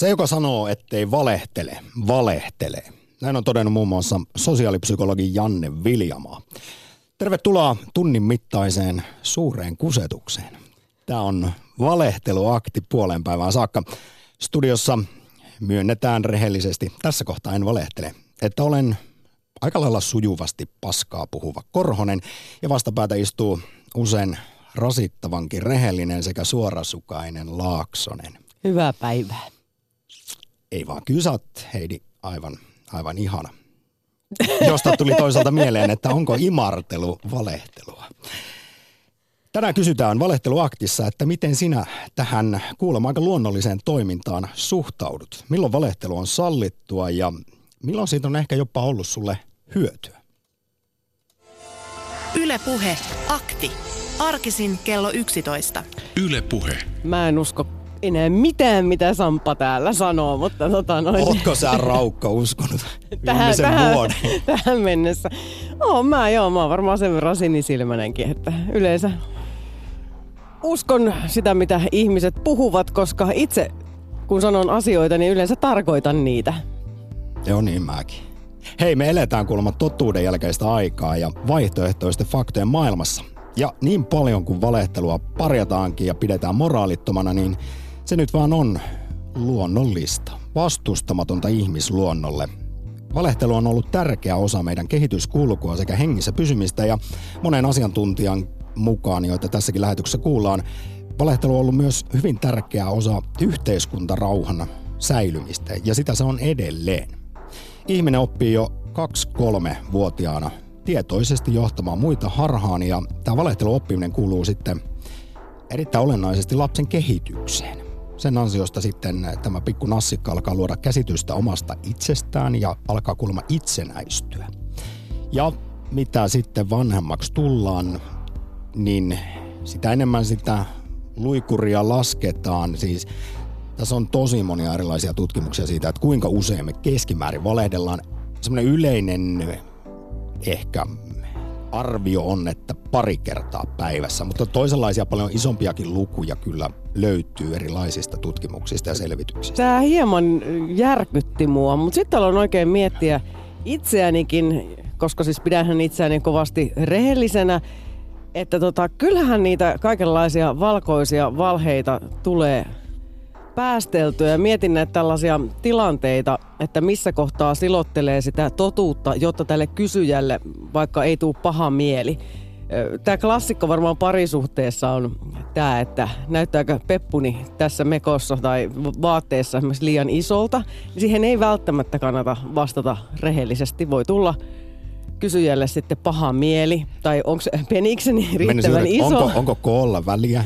Se, joka sanoo, ettei valehtele, valehtelee. Näin on todennut muun muassa sosiaalipsykologi Janne Viljamaa. Tervetuloa tunnin mittaiseen suureen kusetukseen. Tämä on valehteluakti puolen päivään saakka. Studiossa myönnetään rehellisesti, tässä kohtaa en valehtele, että olen aika lailla sujuvasti paskaa puhuva Korhonen ja vastapäätä istuu usein rasittavankin rehellinen sekä suorasukainen Laaksonen. Hyvää päivää. Ei vaan, kyllä sä oot, Heidi, aivan ihana. Josta tuli toisaalta mieleen, että onko imartelu valehtelua. Tänään kysytään valehteluaktissa, että miten sinä tähän kuulemma aika luonnolliseen toimintaan suhtaudut. Milloin valehtelu on sallittua ja milloin siitä on ehkä jopa ollut sulle hyötyä? Yle Puhe, akti. Arkisin kello 11. Yle Puhe. Mä en usko enää mitään, mitä Samppa täällä sanoo, mutta Ootko sä, Raukka, uskonut viimeisen vuoden? Tähän mennessä. Mä oon varmaan sen verran sinisilmäinenkin, että yleensä uskon sitä, mitä ihmiset puhuvat, koska itse kun sanon asioita, niin yleensä tarkoitan niitä. Joo, niin mäkin. Hei, me eletään kuulemma totuuden jälkeistä aikaa ja vaihtoehtoisten faktojen maailmassa. Ja niin paljon kuin valehtelua parjataankin ja pidetään moraalittomana, niin se nyt vaan on luonnollista, vastustamatonta ihmisluonnolle. Valehtelu on ollut tärkeä osa meidän kehityskulkua sekä hengissä pysymistä ja monen asiantuntijan mukaan, joita tässäkin lähetyksessä kuullaan, valehtelu on ollut myös hyvin tärkeä osa yhteiskuntarauhan säilymistä ja sitä se on edelleen. Ihminen oppii jo 2-3-vuotiaana tietoisesti johtamaan muita harhaan ja tämä valehteluoppiminen kuuluu sitten erittäin olennaisesti lapsen kehitykseen. Sen ansiosta sitten tämä pikku nassikka alkaa luoda käsitystä omasta itsestään ja alkaa kuulemma itsenäistyä. Ja mitä sitten vanhemmaksi tullaan, niin sitä enemmän sitä luikuria lasketaan. Siis tässä on tosi monia erilaisia tutkimuksia siitä, että kuinka usein me keskimäärin valehdellaan. Semmoinen yleinen ehkä arvio on, että 2 kertaa päivässä, mutta toisenlaisia paljon isompiakin lukuja kyllä löytyy erilaisista tutkimuksista ja selvityksistä. Tämä hieman järkytti mua, mutta sitten aloin oikein miettiä itseänikin, koska siis pidänhän itseäni kovasti rehellisenä, että kyllähän niitä kaikenlaisia valkoisia valheita tulee päästeltyä ja mietin näitä tällaisia tilanteita, että missä kohtaa silottelee sitä totuutta, jotta tälle kysyjälle vaikka ei tule paha mieli. Tämä klassikko varmaan parisuhteessa on tämä, että näyttääkö peppuni tässä mekossa tai vaatteessa esimerkiksi liian isolta, niin siihen ei välttämättä kannata vastata rehellisesti. Voi tulla kysyjälle sitten paha mieli, tai onko penikseni riittävän iso? Onko koolla väliä?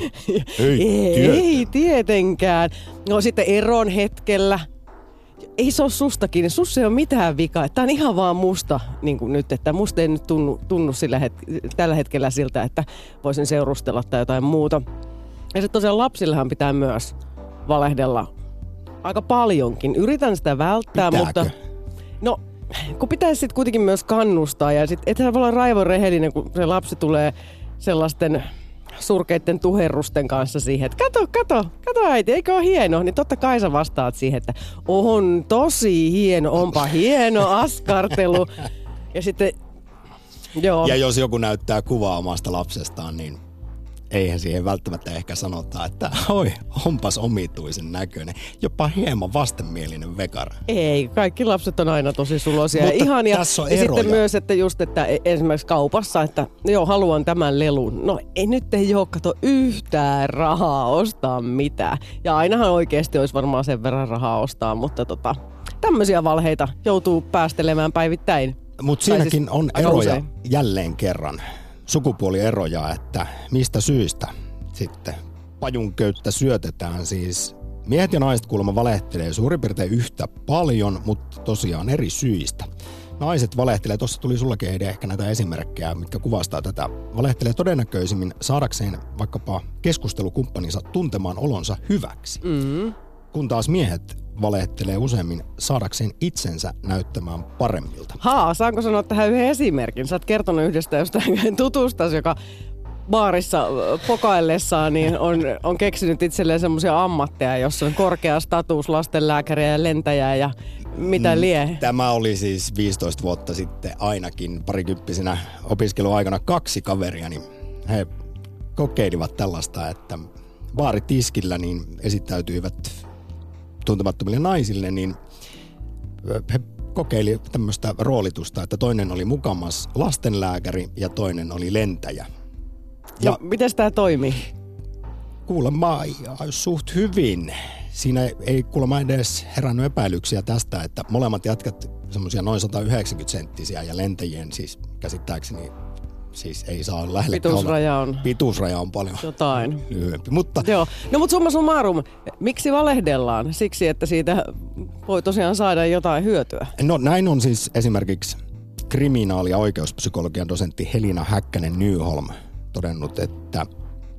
Ei tietenkään. No sitten eron hetkellä. Ei se ole sustakin, sussa ei ole mitään vikaa. Tämä on ihan vaan musta niin kuin nyt, että musta ei nyt tunnu tällä hetkellä siltä, että voisin seurustella tai jotain muuta. Ja sitten tosiaan lapsillehan pitää myös valehdella aika paljonkin. Yritän sitä välttää, pitääkö? Mutta no kun pitäisi sitten kuitenkin myös kannustaa ja sitten ethän voi olla raivon rehellinen, kun se lapsi tulee sellaisten surkeitten tuherrusten kanssa siihen, että kato äiti, eikö ole hieno? Niin totta kai sä vastaat siihen, että on tosi hieno, onpa hieno askartelu. Ja sitten, joo. Ja jos joku näyttää kuvaa omasta lapsestaan, niin eihän siihen välttämättä ehkä sanota, että oi, onpas omituisen näköinen. Jopa hieman vastenmielinen vekara. Ei, kaikki lapset on aina tosi suloisia mutta ja ihania. Tässä on ja eroja. sitten myös, että just, että esimerkiksi kaupassa, että joo, haluan tämän lelun. No nyt ei ole, kato, yhtään rahaa ostaa mitään. Ja ainahan oikeasti olisi varmaan sen verran rahaa ostaa, mutta tämmöisiä valheita joutuu päästelemään päivittäin. Mutta siinäkin siis on eroja usein. Jälleen kerran. Sukupuolieroja, että mistä syistä sitten pajunköyttä syötetään. Siis miehet ja naiset kuulemma valehtelee suurin piirtein yhtä paljon, mutta tosiaan eri syistä. Naiset valehtelee, tuossa tuli sullakin ehkä näitä esimerkkejä, mitkä kuvastaa tätä. Valehtelee todennäköisimmin saadakseen vaikkapa keskustelukumppaninsa tuntemaan olonsa hyväksi. Kun taas miehet valehtelee useammin saadakseen itsensä näyttämään paremmilta. Saanko sanoa tähän yhden esimerkin? Sä oot kertonut yhdestä jostain tutustasi, joka baarissa pokaillessaan niin on keksinyt itselleen semmoisia ammatteja, jossa on korkea status, lastenlääkäriä ja lentäjää ja mitä lie. Tämä oli siis 15 vuotta sitten ainakin parikymppisenä opiskeluaikana 2 kaveria, niin he kokeilivat tällaista, että baaritiskillä niin esittäytyivät tuntemattomille naisille, niin he kokeili tämmöistä roolitusta, että toinen oli mukamas lastenlääkäri ja toinen oli lentäjä. Ja miten tämä toimii? Kuulemma suht hyvin. Siinä ei kuulemma edes herännyt epäilyksiä tästä, että molemmat jätkät semmoisia noin 190 senttisiä ja lentäjien siis käsittääkseni siis ei saa lähelle. Pituusraja on paljon jotain lyhyempi. Mutta joo. No mutta summa summarum, miksi valehdellaan? Siksi, että siitä voi tosiaan saada jotain hyötyä. No näin on siis esimerkiksi kriminaali- ja oikeuspsykologian dosentti Helina Häkkänen-Nyholm todennut, että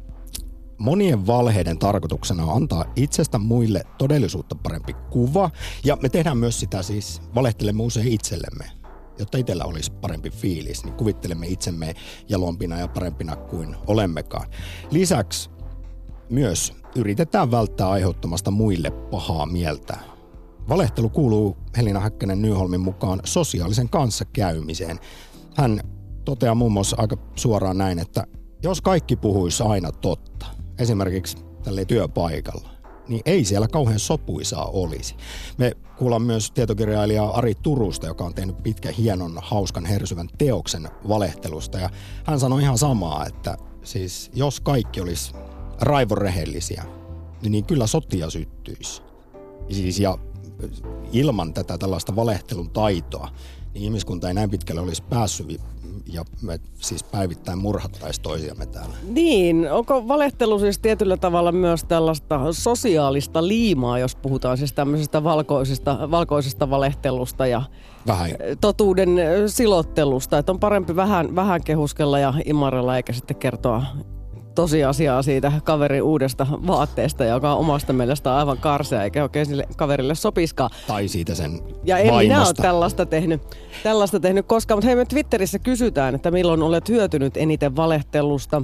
monien valheiden tarkoituksena on antaa itsestä muille todellisuutta parempi kuva. Ja me tehdään myös sitä siis, valehtelemme usein itsellemme, jotta itsellä olisi parempi fiilis, niin kuvittelemme itsemme jalompina ja parempina kuin olemmekaan. Lisäksi myös yritetään välttää aiheuttamasta muille pahaa mieltä. Valehtelu kuuluu Helina Häkkänen-Nyholmin mukaan sosiaalisen kanssakäymiseen. Hän toteaa muun muassa aika suoraan näin, että jos kaikki puhuisi aina totta, esimerkiksi tälle työpaikalla, niin ei siellä kauhean sopuisaa olisi. Me kuullaan myös tietokirjailija Ari Turusta, joka on tehnyt pitkän, hienon, hauskan, hersyvän teoksen valehtelusta. Ja hän sanoi ihan samaa, että siis jos kaikki olisi raivon-rehellisiä, niin kyllä sotia syttyisi. Siis ja ilman tätä tällaista valehtelun taitoa, niin ihmiskunta ei näin pitkälle olisi päässyt ja me siis päivittäin murhattaisiin toisiamme täällä. Niin, onko valehtelu siis tietyllä tavalla myös tällaista sosiaalista liimaa, jos puhutaan siis tämmöisestä valkoisesta valehtelusta ja totuuden silottelusta, että on parempi vähän kehuskella ja imarrella eikä sitten kertoa tosiasiaa siitä kaverin uudesta vaatteesta, joka on omasta mielestä aivan karsea, eikä oikein sille kaverille sopiskaan. Tai siitä sen ja en minä ole tällaista tehnyt koskaan, mutta hei, me Twitterissä kysytään, että milloin olet hyötynyt eniten valehtelusta.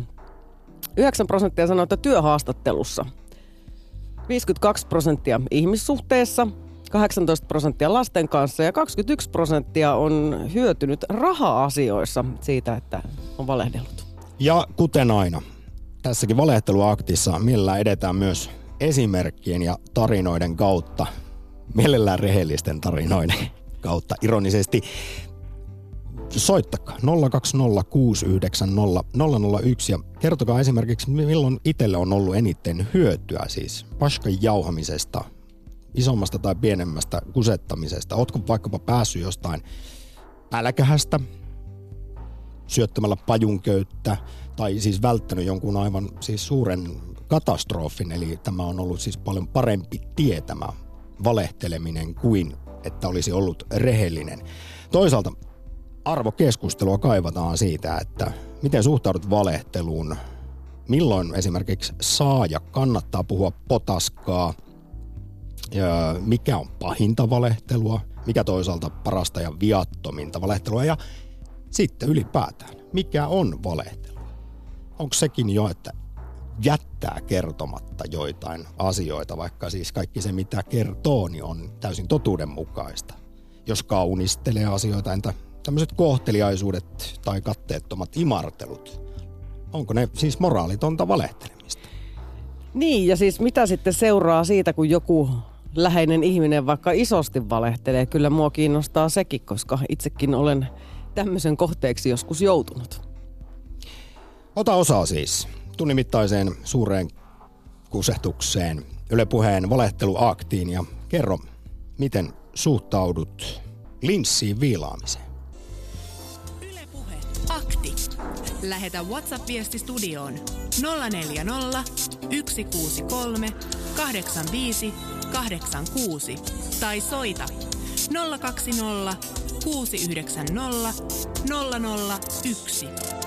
9% sanoo, että työhaastattelussa. 52% ihmissuhteessa, 18% lasten kanssa ja 21% on hyötynyt raha-asioissa siitä, että on valehdellut. Ja kuten aina, tässäkin valehteluaktissa mielellään edetään myös esimerkkien ja tarinoiden kautta, mielellään rehellisten tarinoiden kautta, ironisesti. Soittakaa 020690001 ja kertokaa esimerkiksi, milloin itselle on ollut eniten hyötyä siis paskan jauhamisesta, isommasta tai pienemmästä kusettamisesta. Ootko vaikkapa päässyt jostain pälkähästä syöttämällä pajunköyttä tai siis välttänyt jonkun aivan siis suuren katastrofin, eli tämä on ollut siis paljon parempi tie tämä valehteleminen kuin että olisi ollut rehellinen. Toisaalta arvokeskustelua kaivataan siitä, että miten suhtaudut valehteluun, milloin esimerkiksi saa ja kannattaa puhua potaskaa, ja mikä on pahinta valehtelua, mikä toisaalta parasta ja viattominta valehtelua ja sitten ylipäätään, mikä on valehtelu? Onko sekin jo, että jättää kertomatta joitain asioita, vaikka siis kaikki se mitä kertoo, niin on täysin totuudenmukaista. Jos kaunistelee asioita, entä tämmöiset kohteliaisuudet tai katteettomat imartelut, onko ne siis moraalitonta valehtelemista? Niin, ja siis mitä sitten seuraa siitä, kun joku läheinen ihminen vaikka isosti valehtelee? Kyllä mua kiinnostaa sekin, koska itsekin olen tämmöisen kohteeksi joskus joutunut. Ota osaa siis tunnin mittaiseen suureen kusehtukseen Yle Puheen valehteluaktiin ja kerro, miten suhtaudut linssiin viilaamiseen. Yle Puhe akti. Lähetä WhatsApp-viesti studioon 040 163 85 86 tai soita 020 690 001.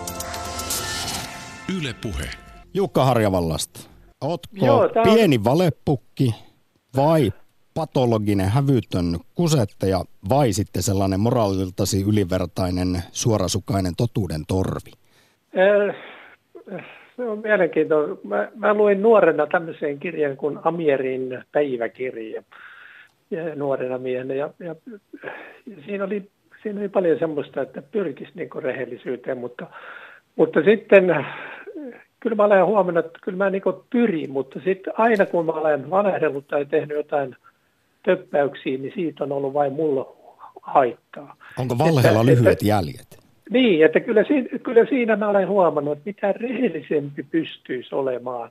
Yle Puhe. Jukka Harjavallasta. Ootko pieni valepukki vai patologinen hävytön kusettaja vai sitten sellainen moraaliltasi ylivertainen suorasukainen totuuden torvi? se on mielenkiintoista. Mä luin nuorena tämmöisen kirjan kuin Amierin päiväkirja ja nuorena miehenä. Ja siinä oli paljon semmoista, että pyrkisi niin kuin rehellisyyteen, mutta sitten kyllä mä olen huomannut, että kyllä mä niin kuin pyrin, mutta sitten aina kun mä olen valehdellut tai tehnyt jotain töppäyksiä, niin siitä on ollut vain mulla haittaa. Onko valheella lyhyet jäljet? Niin, että kyllä siinä mä olen huomannut, että mitä rehellisempi pystyisi olemaan.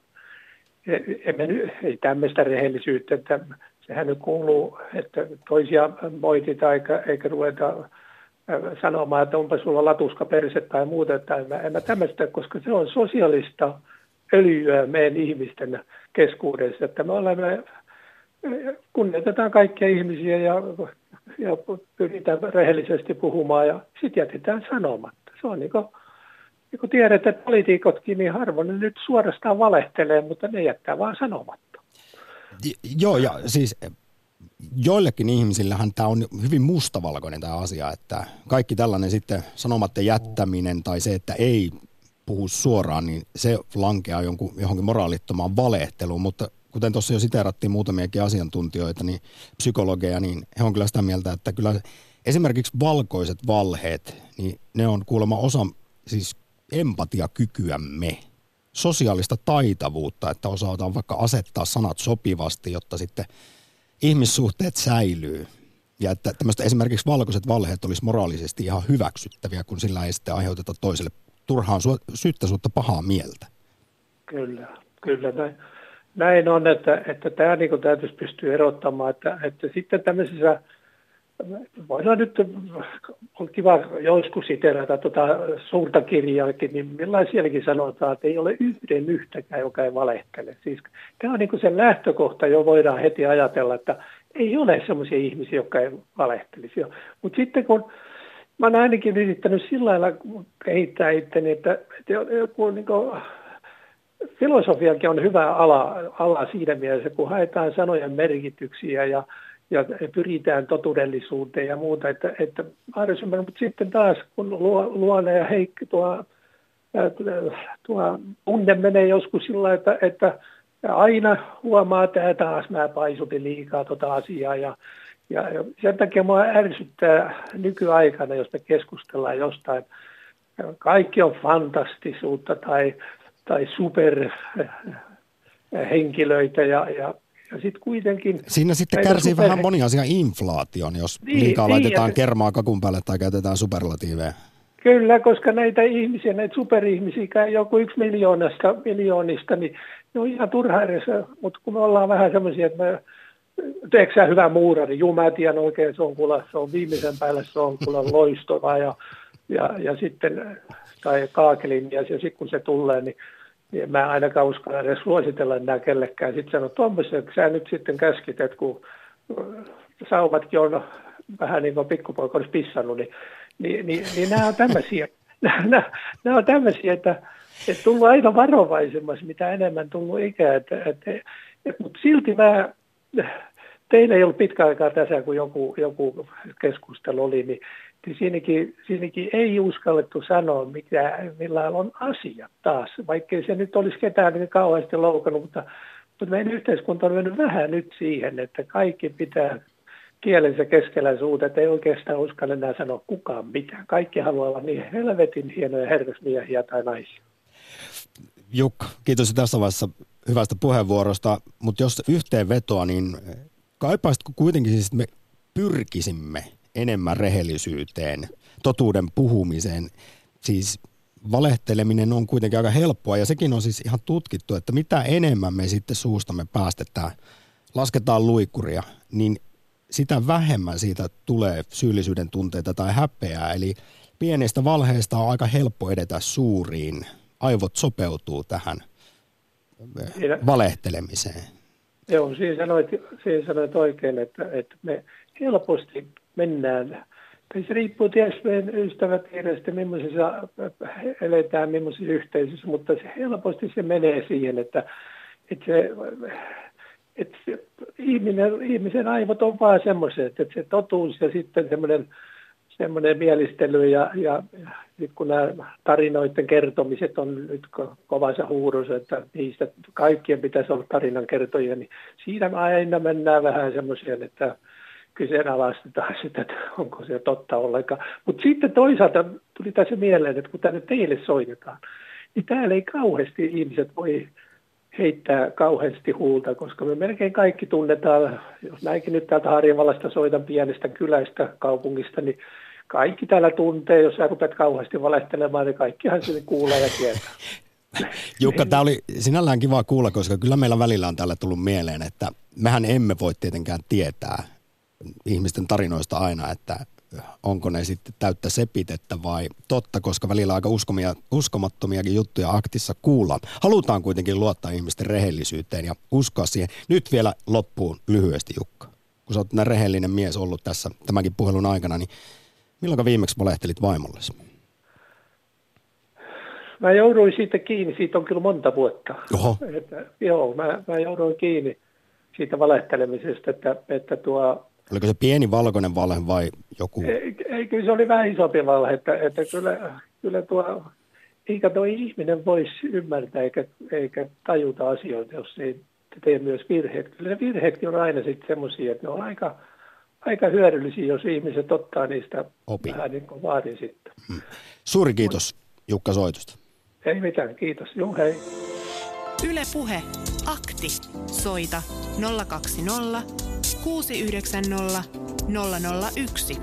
Ei tämmöistä rehellisyyttä, että sehän nyt kuuluu, että toisia moitita eikä ruveta sanomaan, että onpa sulla latuska perse tai muuta. Tai en mä tämmöistä, koska se on sosiaalista öljyä meidän ihmisten keskuudessa, että me olemme, kunnioitetaan kaikkia ihmisiä ja pyritään rehellisesti puhumaan ja sitten jätetään sanomatta. Se on niin kuin tiedät, että poliitikotkin niin harvoin ne nyt suorastaan valehtelee, mutta ne jättää vaan sanomatta. Joo, ja siis joillekin ihmisillähän tämä on hyvin mustavalkoinen tämä asia, että kaikki tällainen sitten sanomatta jättäminen tai se, että ei puhu suoraan, niin se lankeaa johonkin moraalittomaan valehteluun, mutta kuten tuossa jo siteerattiin muutamiakin asiantuntijoita, niin psykologeja, niin he on kyllä sitä mieltä, että kyllä esimerkiksi valkoiset valheet, niin ne on kuulemma osa siis empatiakykyämme, sosiaalista taitavuutta, että osataan vaikka asettaa sanat sopivasti, jotta sitten ihmissuhteet säilyy. Ja että tämmöistä esimerkiksi valkoiset valheet olisi moraalisesti ihan hyväksyttäviä, kun sillä ei sitten aiheuteta toiselle turhaan syyttäsuutta pahaa mieltä. Kyllä. Näin on, että tämä niin täytyisi pystyä erottamaan, että sitten tämmöisessä, voidaan nyt, on kiva joskus siteerata suurta kirjaakin, niin millainen sielläkin sanotaan, että ei ole yhtäkään, joka ei valehtele. Siis tämä on niin kuin sen lähtökohta, jo voidaan heti ajatella, että ei ole semmoisia ihmisiä, jotka ei valehtelisi. Mutta sitten kun mä oon ainakin yrittänyt sillä lailla kehittää itteni, että joku niin kuin filosofiakin on hyvä ala siinä mielessä, kun haetaan sanojen merkityksiä ja pyritään totuudellisuuteen ja muuta, että mutta sitten taas kun luonne ja heikki tuo tunne menee joskus sillä, että aina huomaa, että taas mä paisutin liikaa asiaa ja sen takia mua ärsyttää nykyaikana, jos me keskustellaan jostain, kaikki on fantastisuutta tai superhenkilöitä ja sitten kuitenkin... Siinä sitten kärsii vähän moni asia inflaation, jos liikaa laitetaan kermaa kakun päälle tai käytetään superlatiiveja. Kyllä, koska näitä ihmisiä, näitä superihmisiä, joku 1 miljoonista, niin ne on ihan turha edessä, mutta kun me ollaan vähän semmoisia, että teekö sä hyvä muurari, juu mä tiedän oikein, se on viimeisen päälle, se on kuulla loistava ja sitten, tai kaakelimies, ja sitten kun se tulee, niin mä ainakaan uskalla edes suositella enää kellekään. Sitten sanon, tuommoisen, että sä nyt sitten käskit, kun sauvatkin on vähän niin kuin pikkupoika olisi pissannut, niin nämä on tämmöisiä. Nämä on tämmöisiä, että tullut aina varovaisemmaksi, mitä enemmän tullut ikää. Mutta silti teillä ei ollut pitkä aikaa tässä, kun joku keskustelu oli, niin siinäkin ei uskallettu sanoa, millä on asiat taas, vaikkei se nyt olisi ketään niin kauheasti loukannut, mutta meidän yhteiskunta on mennyt vähän nyt siihen, että kaikki pitää kielensä keskellä suuta, että ei oikeastaan uskalla enää sanoa kukaan mitään. Kaikki haluaa olla niin helvetin hienoja herrasmiehiä tai naisia. Jukka, kiitos tässä vaiheessa hyvästä puheenvuorosta, mutta jos yhteenvetoa, niin kaipaisitko kuitenkin siis, että me pyrkisimme enemmän rehellisyyteen, totuuden puhumiseen. Siis valehteleminen on kuitenkin aika helppoa ja sekin on siis ihan tutkittu, että mitä enemmän me sitten suustamme päästetään, lasketaan luikkuria, niin sitä vähemmän siitä tulee syyllisyyden tunteita tai häpeää. Eli pienistä valheista on aika helppo edetä suuriin. Aivot sopeutuu tähän valehtelemiseen. Joo, siinä sanoit oikein, että me helposti mennään, se riippuu tietysti meidän ystäväpiiristä, millaisissa eletään, millaisissa yhteisöissä, mutta helposti se menee siihen, että ihmisen aivot on vaan semmoiset, että se totuus ja sitten semmoinen semmoinen mielistely ja nyt kun nämä tarinoiden kertomiset on nyt kovassa huurussa, että niistä kaikkien pitäisi olla tarinankertojia, niin siinä aina mennään vähän semmoiseen, että kyseenalaistetaan sitä, että onko se totta ollenkaan. Mutta sitten toisaalta tuli tässä mieleen, että kun tänne teille soitetaan, niin täällä ei kauheasti ihmiset voi heittää kauheasti huulta, koska me melkein kaikki tunnetaan, jos näinkin nyt täältä Harjavallasta soitan pienestä kylästä, kaupungista, niin kaikki täällä tuntee, jos sä rupeat kauheasti valehtelemaan, niin kaikkihan sinne kuulee ja tietää. Jukka, tämä oli sinällään kiva kuulla, koska kyllä meillä välillä on täällä tullut mieleen, että mehän emme voi tietenkään tietää ihmisten tarinoista aina, että onko ne sitten täyttä sepitettä vai totta, koska välillä aika uskomattomiakin juttuja aktissa kuullaan. Halutaan kuitenkin luottaa ihmisten rehellisyyteen ja uskoa siihen. Nyt vielä loppuun lyhyesti, Jukka. Kun sä oot näin rehellinen mies ollut tässä tämänkin puhelun aikana, niin milloin viimeksi valehtelit vaimollesi? Mä jouduin siitä kiinni, siitä on kyllä monta vuotta. Oho. Mä jouduin kiinni siitä valehtelemisesta, että Oliko se pieni valkoinen valhe vai joku? Ei, kyllä se oli vähän isompi valhe, että kyllä eikä tuo ihminen voisi ymmärtää eikä tajuta asioita, jos ei tee myös virheet. Kyllä ne virheetkin on aina sitten semmoisia, että ne on aika hyödyllisiä, jos ihmiset ottaa niistä vähän niin kuin vaarin sitten. Suuri kiitos Jukka soitusta. Ei mitään, kiitos. Juu, hei. Yle Puhe. Akti. Soita 020 690 001.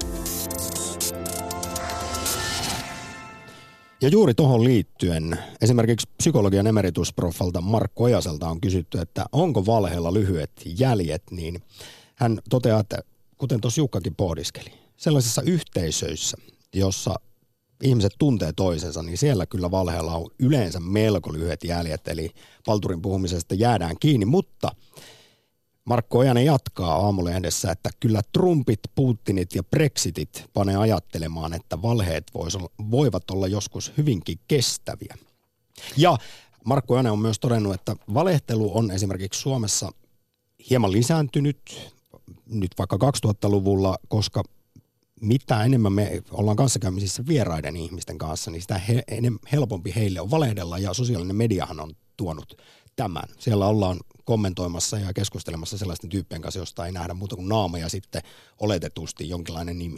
Ja juuri tuohon liittyen esimerkiksi psykologian emeritusproffalta Markku Ojaselta on kysytty, että onko valheella lyhyet jäljet, niin hän toteaa, että kuten tuossa Jukkakin pohdiskeli, sellaisissa yhteisöissä, jossa ihmiset tuntee toisensa, niin siellä kyllä valheella on yleensä melko lyhyet jäljet, eli palturin puhumisesta jäädään kiinni, mutta Markku Ojanen jatkaa Aamulehdessä, että kyllä Trumpit, Putinit ja Brexitit panee ajattelemaan, että valheet voivat olla joskus hyvinkin kestäviä. Ja Markku Ojanen on myös todennut, että valehtelu on esimerkiksi Suomessa hieman lisääntynyt nyt vaikka 2000-luvulla, koska mitä enemmän me ollaan kanssakäymisissä vieraiden ihmisten kanssa, niin sitä helpompi heille on valehdella, ja sosiaalinen mediahan on tuonut tämän. Siellä ollaan kommentoimassa ja keskustelemassa sellaisten tyyppien kanssa, josta ei nähdä muuta kuin naama ja sitten oletetusti jonkinlainen nimi.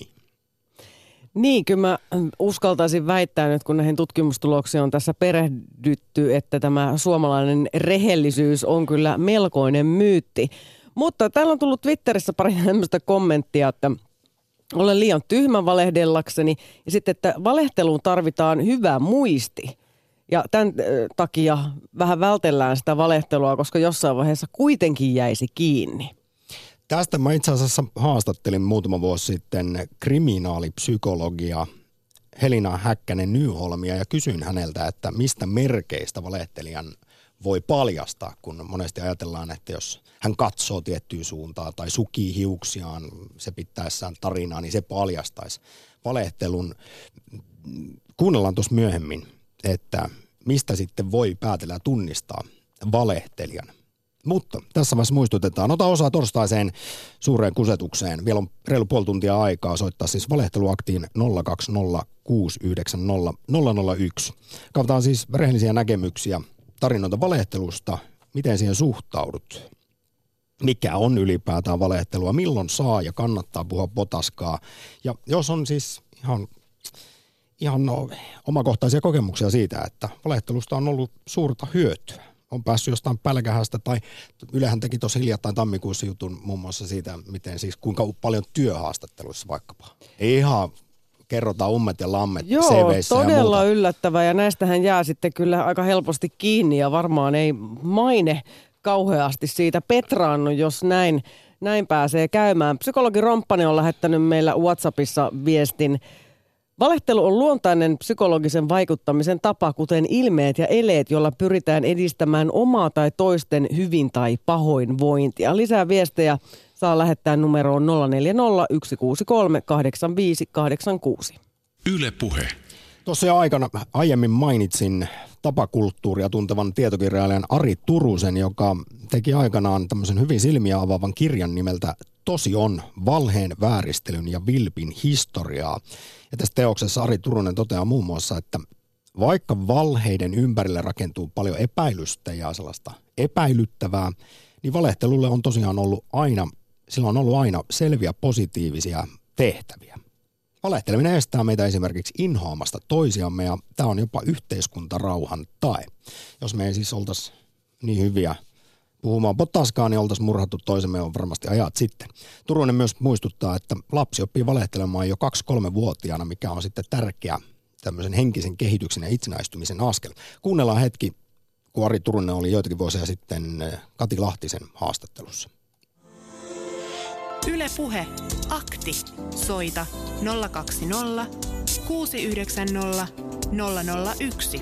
Niin, kyllä mä uskaltaisin väittää nyt, kun näihin tutkimustuloksiin on tässä perehdytty, että tämä suomalainen rehellisyys on kyllä melkoinen myytti. Mutta täällä on tullut Twitterissä pari tämmöistä kommenttia, että olen liian tyhmä valehdellakseni, ja sitten, että valehteluun tarvitaan hyvä muisti. Ja tämän takia vähän vältellään sitä valehtelua, koska jossain vaiheessa kuitenkin jäisi kiinni. Tästä mä itse asiassa haastattelin muutama vuosi sitten kriminaalipsykologia Helina Häkkänen-Nyholmia ja kysyin häneltä, että mistä merkeistä valehtelijan voi paljastaa, kun monesti ajatellaan, että jos hän katsoo tiettyyn suuntaan tai sukii hiuksiaan se pitäessään tarinaa, niin se paljastaisi valehtelun. Kuunnellaan tuossa myöhemmin, että mistä sitten voi päätellä ja tunnistaa valehtelijan. Mutta tässä vaiheessa muistutetaan, ota osaa torstaiseen suureen kusetukseen. Vielä on reilu puoli tuntia aikaa soittaa siis valehteluaktiin 020690001. Katsotaan siis rehellisiä näkemyksiä tarinoita valehtelusta, miten siihen suhtaudut. Mikä on ylipäätään valehtelua, milloin saa ja kannattaa puhua potaskaa. Ja jos on siis ihan omakohtaisia kokemuksia siitä, että valehtelusta on ollut suurta hyötyä. On päässyt jostain pälkähästä, tai Ylehän teki tuossa hiljattain tammikuussa jutun muun muassa siitä, miten siis kuinka paljon työhaastatteluissa vaikkapa. Ei ihan kerrotaan ummet ja lammet CV:ssä ja muuta. Joo, todella yllättävää, ja näistähän jää sitten kyllä aika helposti kiinni, ja varmaan ei maine kauheasti siitä petraannu, jos näin pääsee käymään. Psykologi Romppanen on lähettänyt meillä WhatsAppissa viestin. Valehtelu on luontainen psykologisen vaikuttamisen tapa, kuten ilmeet ja eleet, jolla pyritään edistämään omaa tai toisten hyvin- tai pahoinvointia. Lisää viestejä saa lähettää numeroon 040 163 8586. Yle Puhe. Tuossa jo aiemmin mainitsin tapakulttuuria tuntevan tietokirjailijan Ari Turusen, joka teki aikanaan tämmöisen hyvin silmiä avaavan kirjan nimeltä Tosi on, valheen, vääristelyn ja vilpin historiaa. Ja tässä teoksessa Ari Turunen toteaa muun muassa, että vaikka valheiden ympärille rakentuu paljon epäilystä ja sellaista epäilyttävää, niin valehtelulle on tosiaan ollut aina selviä positiivisia tehtäviä. Valehteleminen estää meitä esimerkiksi inhoamasta toisiamme ja tämä on jopa yhteiskuntarauhan tae. Jos me ei siis oltaisi niin hyviä puhumaan potaskaan, niin oltaisiin murhattu toisemme on varmasti ajat sitten. Turunen myös muistuttaa, että lapsi oppii valehtelemaan jo 2-3-vuotiaana, mikä on sitten tärkeä tämmöisen henkisen kehityksen ja itsenäistymisen askel. Kuunnellaan hetki, kun Ari Turunen oli joitakin vuosia sitten Kati Lahtisen haastattelussa. Yle Puhe. Akti. Soita 020 690 001.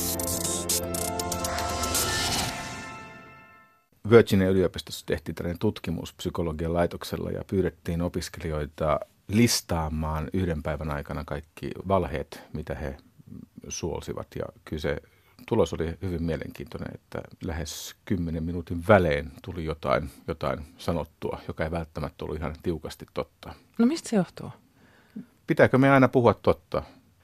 Virginian yliopistossa tehtiin tällainen tutkimus psykologian laitoksella ja pyydettiin opiskelijoita listaamaan 1 päivän aikana kaikki valheet, mitä he suolsivat. Ja kyllä se tulos oli hyvin mielenkiintoinen, että lähes 10 minuutin välein tuli jotain sanottua, joka ei välttämättä ollut ihan tiukasti totta. No mistä se johtuu? Pitääkö me aina puhua totta?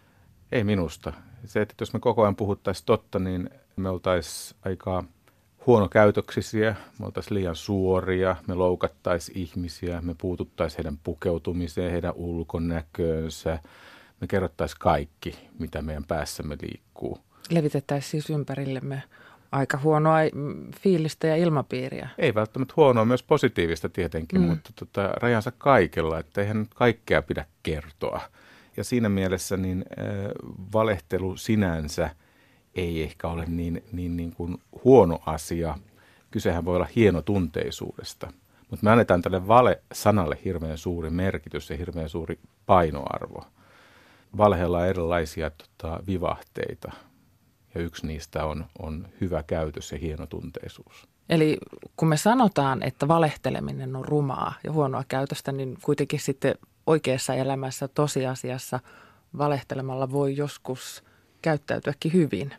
Ei minusta. Se, että jos me koko ajan puhuttaisiin totta, niin me oltaisiin aika huonokäytöksisiä, me oltaisiin liian suoria, me loukattaisiin ihmisiä, me puututtaisiin heidän pukeutumiseen, heidän ulkonäköönsä, me kerrottaisiin kaikki, mitä meidän päässämme liikkuu. Levitettäisiin siis ympärillemme aika huonoa fiilistä ja ilmapiiriä. Ei välttämättä huonoa, myös positiivista tietenkin, mutta rajansa kaikella, että eihän nyt kaikkea pidä kertoa. Ja siinä mielessä niin valehtelu sinänsä ei ehkä ole niin kuin huono asia. Kysehän voi olla hienotunteisuudesta. Mutta me annetaan tälle vale-sanalle hirveän suuri merkitys ja hirveän suuri painoarvo. Valheella on erilaisia vivahteita ja yksi niistä on hyvä käytös ja hienotunteisuus. Eli kun me sanotaan, että valehteleminen on rumaa ja huonoa käytöstä, niin kuitenkin sitten oikeassa elämässä tosiasiassa valehtelemalla voi joskus käyttäytyäkin hyvin.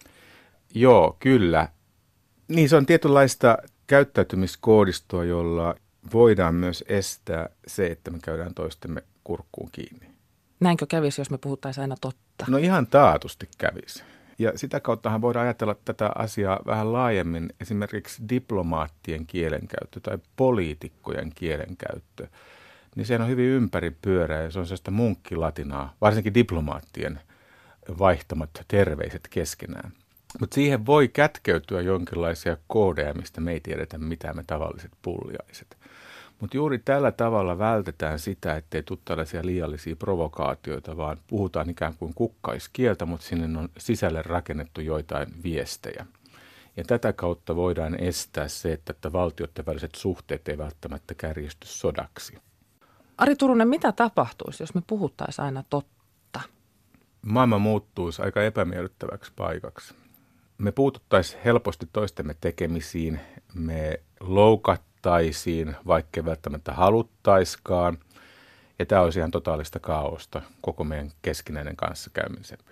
Joo, kyllä. Niin se on tietynlaista käyttäytymiskoodistoa, jolla voidaan myös estää se, että me käydään toistemme kurkkuun kiinni. Näinkö kävisi, jos me puhuttaisiin aina totta? No ihan taatusti kävisi. Ja sitä kauttahan voidaan ajatella tätä asiaa vähän laajemmin, esimerkiksi diplomaattien kielenkäyttö tai poliitikkojen kielenkäyttö. Niin se on hyvin ympäripyörää ja se on sellaista munkkilatinaa, varsinkin diplomaattien vaihtamat terveiset keskenään. Mutta siihen voi kätkeytyä jonkinlaisia koodeja, mistä me ei tiedetä mitään me tavalliset pulliaiset. Mutta juuri tällä tavalla vältetään sitä, ettei tule tällaisia liiallisia provokaatioita, vaan puhutaan ikään kuin kukkaiskieltä, mutta sinne on sisälle rakennettu joitain viestejä. Ja tätä kautta voidaan estää se, että valtioiden väliset suhteet ei välttämättä kärjisty sodaksi. Ari Turunen, mitä tapahtuisi, jos me puhuttaisiin aina totta? Maailma muuttuisi aika epämiellyttäväksi paikaksi. Me puututtaisiin helposti toistemme tekemisiin, me loukattaisiin, vaikka välttämättä haluttaiskaan. Ja tämä olisi ihan totaalista kaaosta koko meidän keskinäinen kanssakäymisemme.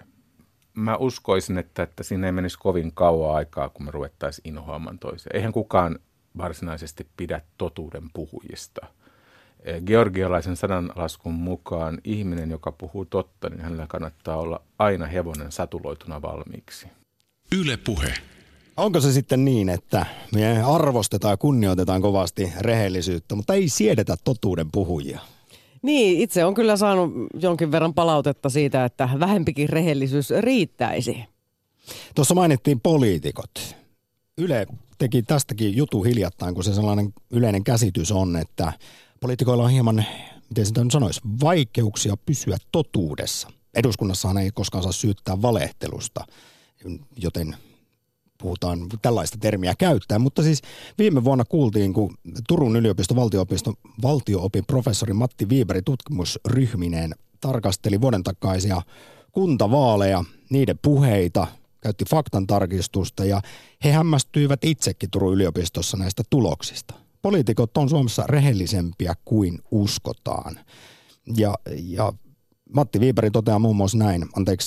Mä uskoisin, että siinä ei menisi kovin kauan aikaa, kun me ruvettaisiin inhoamaan toisia. Eihän kukaan varsinaisesti pidä totuuden puhujista. Georgialaisen sananlaskun mukaan ihminen, joka puhuu totta, niin hänellä kannattaa olla aina hevonen satuloituna valmiiksi. Yle Puhe. Onko se sitten niin, että me arvostetaan ja kunnioitetaan kovasti rehellisyyttä, mutta ei siedetä totuuden puhujia? Niin, itse on kyllä saanut jonkin verran palautetta siitä, että vähempikin rehellisyys riittäisi. Tuossa mainittiin poliitikot. Yle teki tästäkin jutu hiljattain, kun se sellainen yleinen käsitys on, että poliitikoilla on hieman, miten sitä nyt sanoisi, vaikeuksia pysyä totuudessa. Eduskunnassahan ei koskaan saa syyttää valehtelusta, joten puhutaan tällaista termiä käyttää. Mutta siis viime vuonna kuultiin, kun Turun yliopiston valtio-opin professori Matti Wiberg tutkimusryhmineen tarkasteli vuoden takaisia kuntavaaleja, niiden puheita, käytti faktantarkistusta ja he hämmästyivät itsekin Turun yliopistossa näistä tuloksista. Poliitikot on Suomessa rehellisempiä kuin uskotaan. Ja Matti Wiberg toteaa muun muassa näin,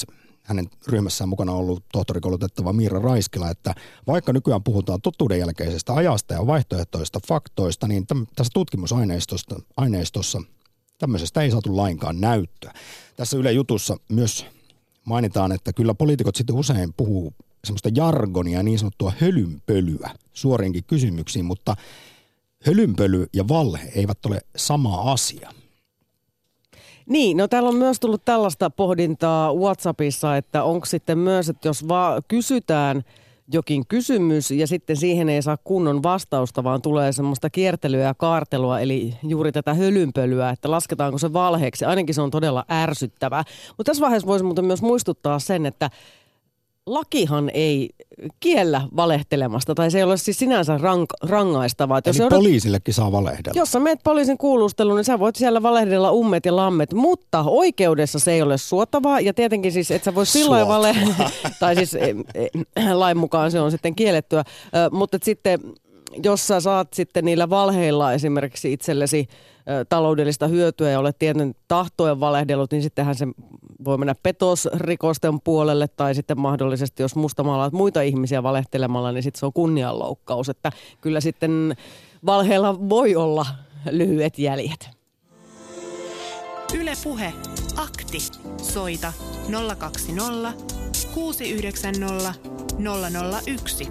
hänen ryhmässään mukana ollut tohtorikoulutettava Miira Raiskila, että vaikka nykyään puhutaan totuuden jälkeisestä ajasta ja vaihtoehtoista faktoista, niin tässä tutkimusaineistossa tämmöisestä ei saatu lainkaan näyttöä. Tässä Yle Jutussa myös mainitaan, että kyllä poliitikot sitten usein puhuu semmoista jargonia, niin sanottua hölynpölyä suoriinkin kysymyksiin, mutta hölynpöly ja valhe eivät ole sama asia. Niin, no täällä on myös tullut tällaista pohdintaa WhatsAppissa, että onko sitten myös, että jos kysytään jokin kysymys ja sitten siihen ei saa kunnon vastausta, vaan tulee semmoista kiertelyä ja kaartelua, eli juuri tätä hölynpölyä, että lasketaanko se valheeksi. Ainakin se on todella ärsyttävää. Mutta tässä vaiheessa voisi muuten myös muistuttaa sen, että lakihan ei kiellä valehtelemasta, tai se ei ole siis sinänsä rangaistavaa. Eli jos poliisillekin saa valehdella. Jos sä menet poliisin kuulusteluun, niin sä voit siellä valehdella ummet ja lammet, mutta oikeudessa se ei ole suotavaa, ja tietenkin siis, että sä voi silloin valehdella, tai siis lain mukaan se on sitten kiellettyä, mutta sitten jos sä saat sitten niillä valheilla esimerkiksi itsellesi taloudellista hyötyä ja olet tietyn tahtojen valehdellut, niin sittenhän se voi mennä petosrikosten puolelle tai sitten mahdollisesti, jos mustamaalaat muita ihmisiä valehtelemalla, niin sitten se on kunnianloukkaus. Että kyllä sitten valheilla voi olla lyhyet jäljet. Yle Puhe. Akti. Soita 020 690 001.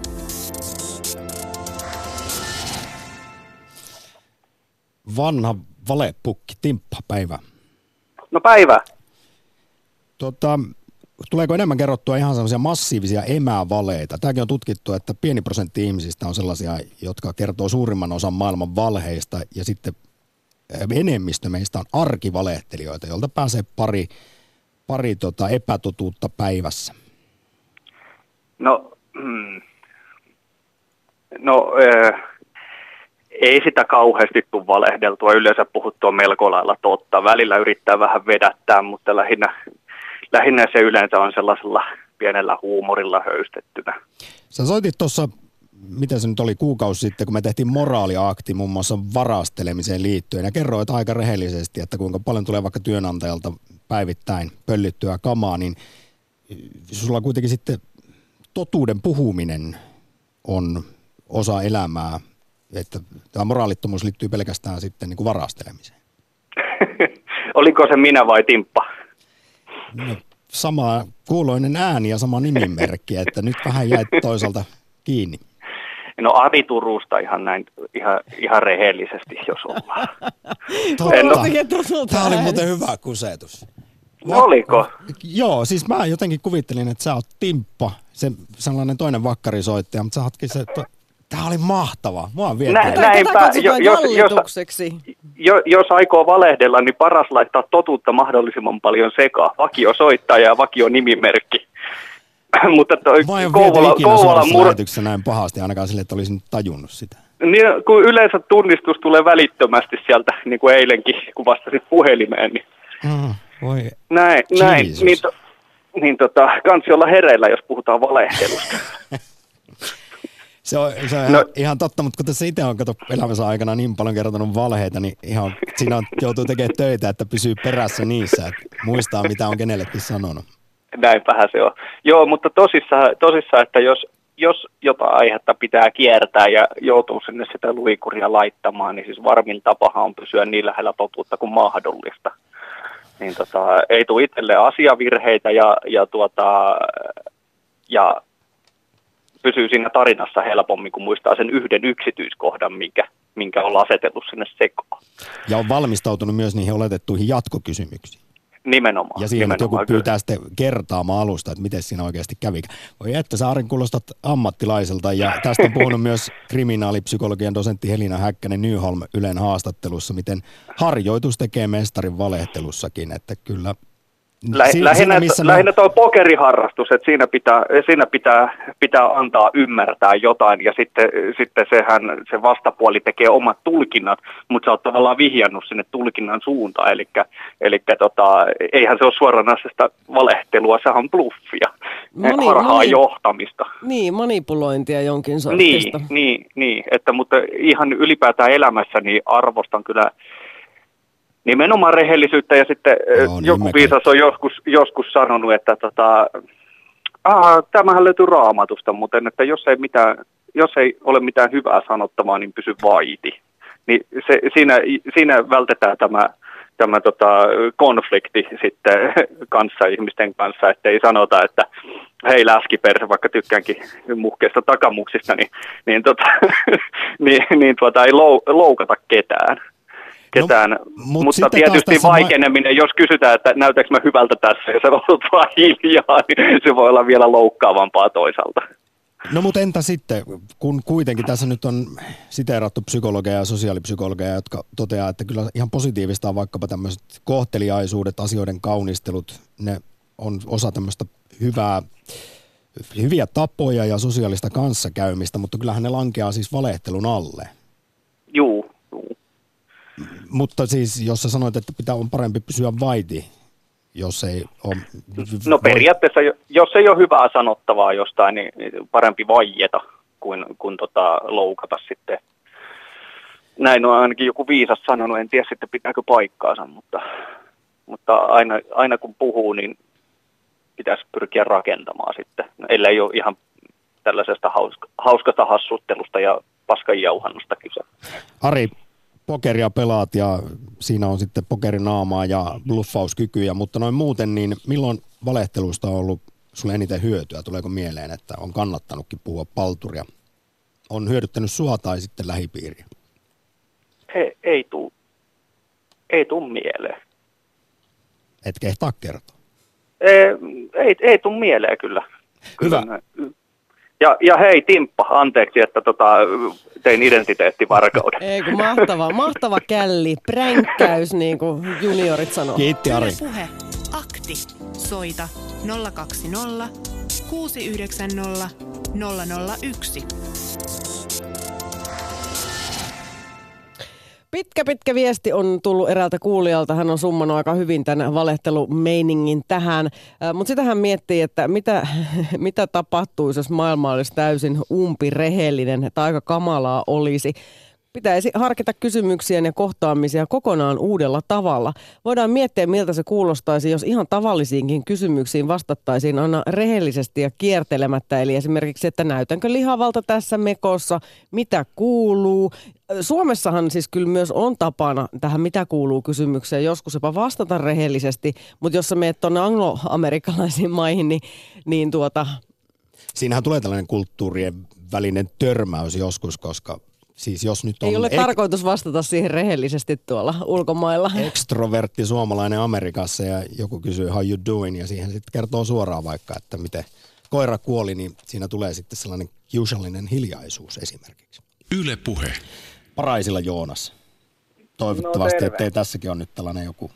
Vanha valepukki, Timppa, päivä. No päivä. Tuleeko enemmän kerrottua ihan sellaisia massiivisia emävaleita? Tämäkin on tutkittu, että pieni prosentti ihmisistä on sellaisia, jotka kertoo suurimman osan maailman valheista, ja sitten enemmistö meistä on arkivalehtelijoita, joilta pääsee pari epätotuutta päivässä. Ei sitä kauheasti tule valehdeltua. Yleensä puhuttua melko lailla totta. Välillä yrittää vähän vedättää, mutta lähinnä se yleensä on sellaisella pienellä huumorilla höystettynä. Sä soitit tuossa, mitä se nyt oli, kuukausi sitten, kun me tehtiin moraaliakti muun muassa varastelemiseen liittyen. Ja kerroit aika rehellisesti, että kuinka paljon tulee vaikka työnantajalta päivittäin pöllittyä kamaa, niin sulla kuitenkin sitten totuuden puhuminen on osa elämää. Että tämä moraalittomuus liittyy pelkästään sitten niin kuin varastelemiseen. Oliko se minä vai Timppa? No, sama kuuloinen ääni ja sama nimimerkki, että nyt vähän jäit toisaalta kiinni. No Ari Turusta ihan rehellisesti, jos ollaan. Tämä oli muuten hyvä kusetus. Oliko? Joo, siis mä jotenkin kuvittelin, että sä oot Timppa, se sellainen toinen vakkarisoittaja, mutta sä ootkin se, että tämä oli mahtavaa. Mua on näinpä, jos aikoo valehdella, niin paras laittaa totuutta mahdollisimman paljon sekaan. Vakio soittaja ja vakio nimimerkki. Mutta mä en viety ikinä suorassa lähetyksessä näin pahasti, ainakaan sille, että olisin tajunnut sitä. Niin, kun yleensä tunnistus tulee välittömästi sieltä, niin kuin eilenkin, kun vastasit puhelimeen. Niin voi näin, niin kansi olla hereillä, jos puhutaan valehtelusta. Se on ihan totta, mutta kun tässä itse on elämänsä aikana niin paljon kertonut valheita, niin ihan siinä joutuu tekemään töitä, että pysyy perässä niissä, että muistaa mitä on kenellekin sanonut. Näinpähän se on. Joo, mutta tosissaan, että jos jotain aihetta pitää kiertää ja joutuu sinne sitä luikuria laittamaan, niin siis varmin tapahan on pysyä niin lähellä totuutta kuin mahdollista. Niin ei tule itselle asiavirheitä ja pysyy siinä tarinassa helpommin, kun muistaa sen yhden yksityiskohdan, minkä on asetellut sinne sekaan. Ja on valmistautunut myös niihin oletettuihin jatkokysymyksiin. Nimenomaan. Ja siihen, että joku pyytää sitten kertaamaan alusta, että miten siinä oikeasti kävi. Voi että sä Arin kuulostat ammattilaiselta, ja tästä on puhunut myös kriminaalipsykologian dosentti Helina Häkkänen-Nyholm Ylen haastattelussa, miten harjoitus tekee mestarin valehtelussakin, että kyllä. Lähinnä tuo pokeriharrastus, että siinä pitää antaa ymmärtää jotain, ja sitten se vastapuoli tekee omat tulkinnat, mutta sä oot tavallaan vihjannut sinne tulkinnan suuntaan, eli eihän se ole suoranaisesta valehtelua, sehän on bluffia, harhaan johtamista. Niin, manipulointia jonkin sortista. Niin, mutta ihan ylipäätään elämässä niin arvostan kyllä nimenomaan rehellisyyttä ja sitten joku viisas on joskus sanonut, että tämähän löytyy Raamatusta, mutta että jos ei ole mitään hyvää sanottavaa, niin pysy vaiti. Niin siinä vältetään tämä konflikti sitten ihmisten kanssa, että ei sanota, että hei läskiperse, vaikka tykkäänkin muhkeista takamuksista, ei loukata ketään. Mutta tietysti vaikeneminen, jos kysytään, että näytänkö mä hyvältä tässä ja sä olet vaan hiljaa, niin se voi olla vielä loukkaavampaa toisaalta. No mutta entä sitten, kun kuitenkin tässä nyt on siteerattu psykologeja ja sosiaalipsykologeja, jotka toteaa, että kyllä ihan positiivista on vaikkapa tämmöiset kohteliaisuudet, asioiden kaunistelut, ne on osa tämmöistä hyviä tapoja ja sosiaalista kanssakäymistä, mutta kyllähän ne lankeaa siis valehtelun alle. Juu. Mutta siis, jos sä sanoit, että on parempi pysyä vaiti, jos ei ole... No periaatteessa, jos ei ole hyvää sanottavaa jostain, niin parempi vaieta kuin loukata sitten. Näin on ainakin joku viisas sanonut, en tiedä sitten pitääkö paikkaansa, mutta aina kun puhuu, niin pitäisi pyrkiä rakentamaan sitten, ellei ole ihan tällaisesta hauskasta hassuttelusta ja paskan jauhannosta kyse. Ari, pokeria pelaat ja siinä on sitten pokerinaamaa ja bluffauskykyjä, mutta noin muuten, niin milloin valehtelusta on ollut sulle eniten hyötyä? Tuleeko mieleen, että on kannattanutkin puhua palturia? On hyödyttänyt sua tai sitten lähipiiriä? Ei tuu mieleen. Et kehtaa kertoa? Ei tuu mieleen kyllä. Hyvä. Ja hei Timppa, anteeksi, että tein identiteettivarkauden. Ei kun mahtava källi, pränkkäys niin kuin juniorit sanoo. Kiitti Ari. Puhe, akti, soita 020 690 001. Pitkä viesti on tullut eräältä kuulijalta. Hän on summannut aika hyvin tämän valehtelumeiningin tähän. Mutta sitä hän miettii, että mitä tapahtuisi, jos maailma olisi täysin umpirehellinen, että aika kamalaa olisi. Pitäisi harkita kysymyksiä ja kohtaamisia kokonaan uudella tavalla. Voidaan miettiä, miltä se kuulostaisi, jos ihan tavallisiinkin kysymyksiin vastattaisiin aina rehellisesti ja kiertelemättä. Eli esimerkiksi, että näytänkö lihavalta tässä mekossa, mitä kuuluu. Suomessahan siis kyllä myös on tapana tähän mitä kuuluu kysymykseen joskus jopa vastata rehellisesti, mutta jos sä meet tuonne angloamerikkalaisiin maihin, niin Siinähän tulee tällainen kulttuurien välinen törmäys joskus, koska siis jos nyt on... Ei ole tarkoitus vastata siihen rehellisesti tuolla ulkomailla. Ekstrovertti suomalainen Amerikassa ja joku kysyy how you doing ja siihen sitten kertoo suoraan vaikka, että miten koira kuoli, niin siinä tulee sitten sellainen kiusallinen hiljaisuus esimerkiksi. Yle Puhe. Paraisilla Joonas. Toivottavasti, ettei tässäkin ole nyt tällainen joku...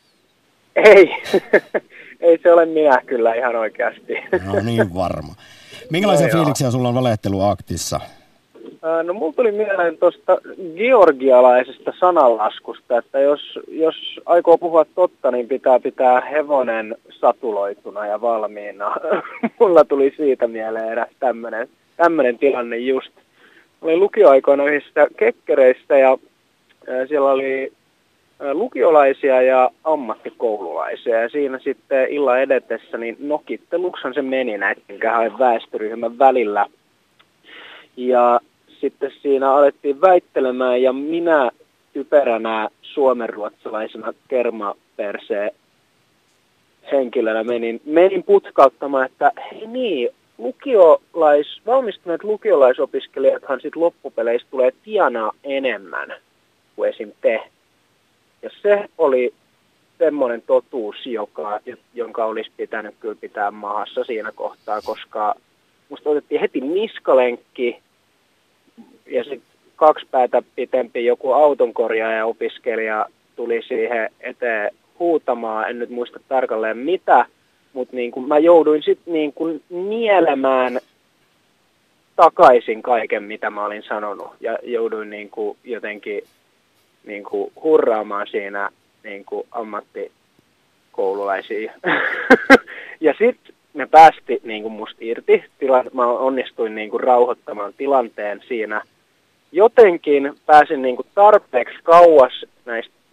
Ei se ole minä kyllä ihan oikeasti. No niin varma. Minkälaisia fiiliksiä sulla on valehteluaktissa? No mulla tuli mieleen tuosta georgialaisesta sananlaskusta, että jos aikoo puhua totta, niin pitää hevonen satuloituna ja valmiina. Mulla tuli siitä mieleen eräs tämmöinen tilanne just. Olin lukioaikoina yhdessä kekkereissä ja siellä oli lukiolaisia ja ammattikoululaisia ja siinä sitten illan edetessä niin nokitteluksihan se meni näiden kahden väestöryhmän välillä. Ja sitten siinä alettiin väittelemään ja minä typeränä suomenruotsalaisena kermaperseen henkilönä menin putkauttamaan, että hei niin, valmistuneet lukiolaisopiskelijathan sitten loppupeleissä tulee tienaa enemmän kuin esim. Te. Ja se oli semmoinen totuus, jonka olisi pitänyt kyllä pitää mahassa siinä kohtaa, koska musta otettiin heti niskalenkki ja sitten 2 päätä pitempi joku autonkorjaaja-opiskelija tuli siihen eteen huutamaan, en nyt muista tarkalleen mitä, mutta niin mä jouduin sitten niin nielemään takaisin kaiken, mitä mä olin sanonut ja jouduin niin jotenkin niin hurraamaan siinä niin ammattikoululaisia. Ja sitten ne päästi niin musta irti. Mä onnistuin niin rauhoittamaan tilanteen siinä. Jotenkin pääsin niin tarpeeksi kauas näistä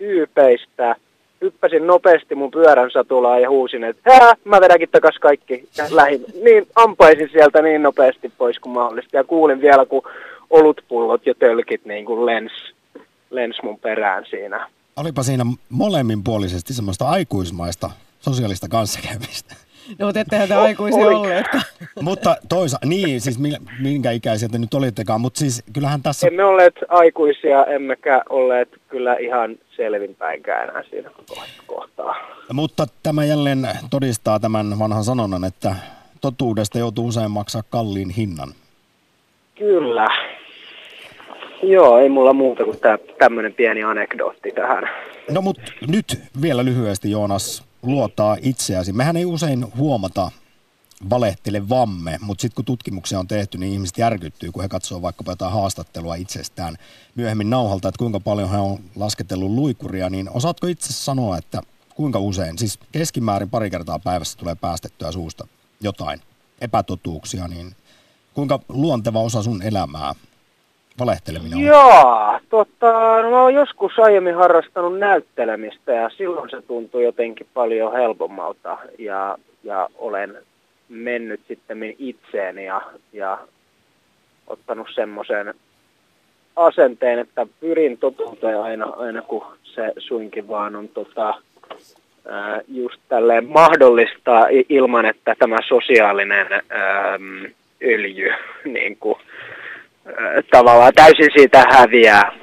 tyypeistä. Hyppäsin nopeasti mun pyörän satulaan ja huusin, että mä vedänkin takas kaikki ja lähin. Niin ampaisin sieltä niin nopeasti pois kuin mahdollista. Ja kuulin vielä, kun olutpullot ja tölkit niin kuin lens mun perään siinä. Olipa siinä molemminpuolisesti semmoista aikuismaista sosiaalista kanssakäymistä. No, mutta ettehän te aikuisia olleetkaan. Mutta toisaalta, niin siis minkä ikäisiä te nyt olittekaan, mutta siis kyllähän tässä... Emme olleet aikuisia, emmekä olleet kyllä ihan selvinpäinkään enää siinä kohtaa. Mutta tämä jälleen todistaa tämän vanhan sanonnan, että totuudesta joutuu usein maksaa kalliin hinnan. Kyllä. Joo, ei mulla muuta kuin tämmöinen pieni anekdootti tähän. No mutta nyt vielä lyhyesti, Joonas, luottaa itseäsi. Mehän ei usein huomata valehtelevamme, mutta sitten kun tutkimuksia on tehty, niin ihmiset järkyttyy, kun he katsoo vaikkapa jotain haastattelua itsestään myöhemmin nauhalta, että kuinka paljon he on lasketellut luikuria, niin osaatko itse sanoa, että kuinka usein, siis keskimäärin 2 kertaa päivässä tulee päästettyä suusta jotain epätotuuksia, niin kuinka luonteva osa sun elämää valehteleminen on? Joo, no mä oon joskus aiemmin harrastanut näyttelemistä ja silloin se tuntui jotenkin paljon helpommalta ja olen mennyt sitten itseeni ja ottanut semmoisen asenteen, että pyrin totuuteen aina kun se suinkin vaan on just tälleen mahdollista ilman, että tämä sosiaalinen öljy niin kuin, tavallaan täysin siitä häviää.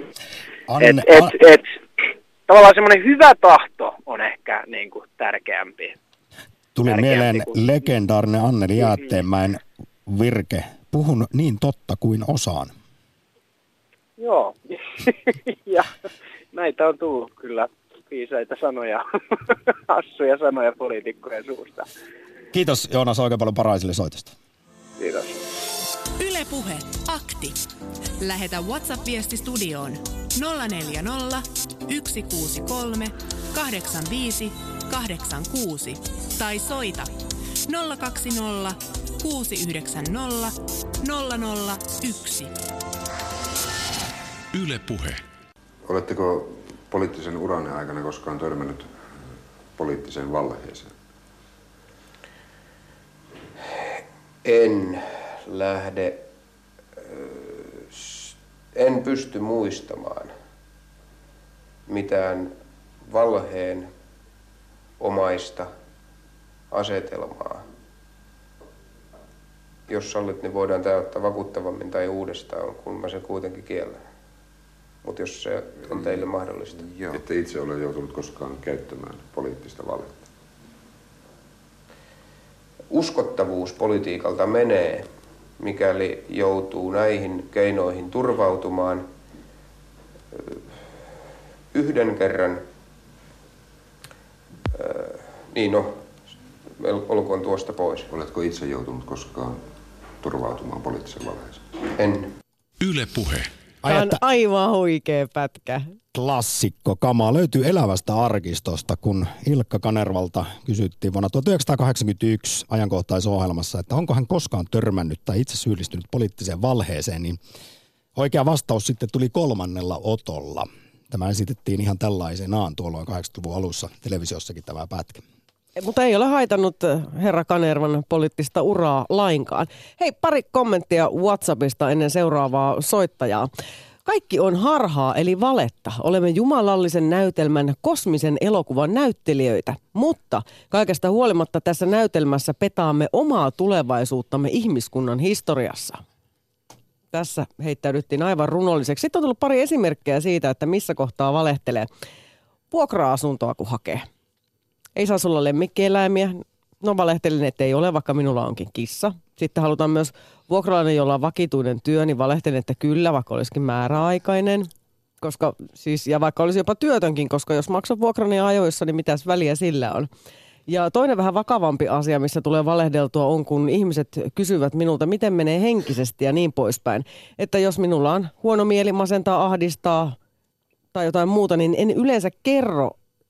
Tavallaan semmoinen hyvä tahto on ehkä niin kuin tärkeämpi. Tuli mieleen legendaarinen Anneli Jäätteenmäen virke. Puhun niin totta kuin osaan. Joo, ja näitä on tullut kyllä viisaita sanoja, hassuja sanoja poliitikkojen suusta. Kiitos Joonas oikein paljon Paraisille soitosta. Kiitos. Yle Puhe, akti. Lähetä WhatsApp-viesti studioon 040 163 85 86 tai soita 020 690 001. Yle Puhe. Oletteko poliittisen uranne aikana koskaan törmännyt poliittiseen valheeseen? En pysty muistamaan mitään valheen omaista asetelmaa. Jos sallit, niin voidaan tämä ottaa vakuuttavammin tai uudestaan, kun mä sen kuitenkin kiellän. Mutta jos se on teille mahdollista. Joo. Ette itse ole joutunut koskaan käyttämään poliittista valhetta. Uskottavuus politiikalta menee, mikäli joutuu näihin keinoihin turvautumaan. Yhden kerran, olkoon tuosta pois. Oletko itse joutunut koskaan turvautumaan poliittiseen valheeseen? En. Yle Puhe. Tämä on aivan huikea pätkä. Klassikko kama löytyy Elävästä arkistosta, kun Ilkka Kanervalta kysyttiin vuonna 1981 ajankohtaisohjelmassa, että onko hän koskaan törmännyt tai itse syyllistynyt poliittiseen valheeseen, niin oikea vastaus sitten tuli 3. otolla. Tämä esitettiin ihan tällaisenaan tuolloin 80-luvun alussa televisiossakin tämä pätkä. Mutta ei ole haitannut herra Kanervan poliittista uraa lainkaan. Hei, pari kommenttia WhatsAppista ennen seuraavaa soittajaa. Kaikki on harhaa eli valetta. Olemme jumalallisen näytelmän kosmisen elokuvan näyttelijöitä, mutta kaikesta huolimatta tässä näytelmässä petaamme omaa tulevaisuuttamme ihmiskunnan historiassa. Tässä heittäydyttiin aivan runolliseksi. Sitten on tullut pari esimerkkejä siitä, että missä kohtaa valehtelee. Vuokra-asuntoa kun hakee. Ei saa olla lemmikkieläimiä. No valehtelin, että ei ole, vaikka minulla onkin kissa. Sitten halutaan myös vuokralainen, jolla on vakituinen työ, niin valehtelin, että kyllä, vaikka olisikin määräaikainen. Ja vaikka olisi jopa työtönkin, koska jos maksat vuokrani ajoissa, niin mitäs väliä sillä on. Ja toinen vähän vakavampi asia, missä tulee valehdeltua, on kun ihmiset kysyvät minulta, miten menee henkisesti ja niin poispäin. Että jos minulla on huono mieli, masentaa, ahdistaa tai jotain muuta, niin en yleensä kerro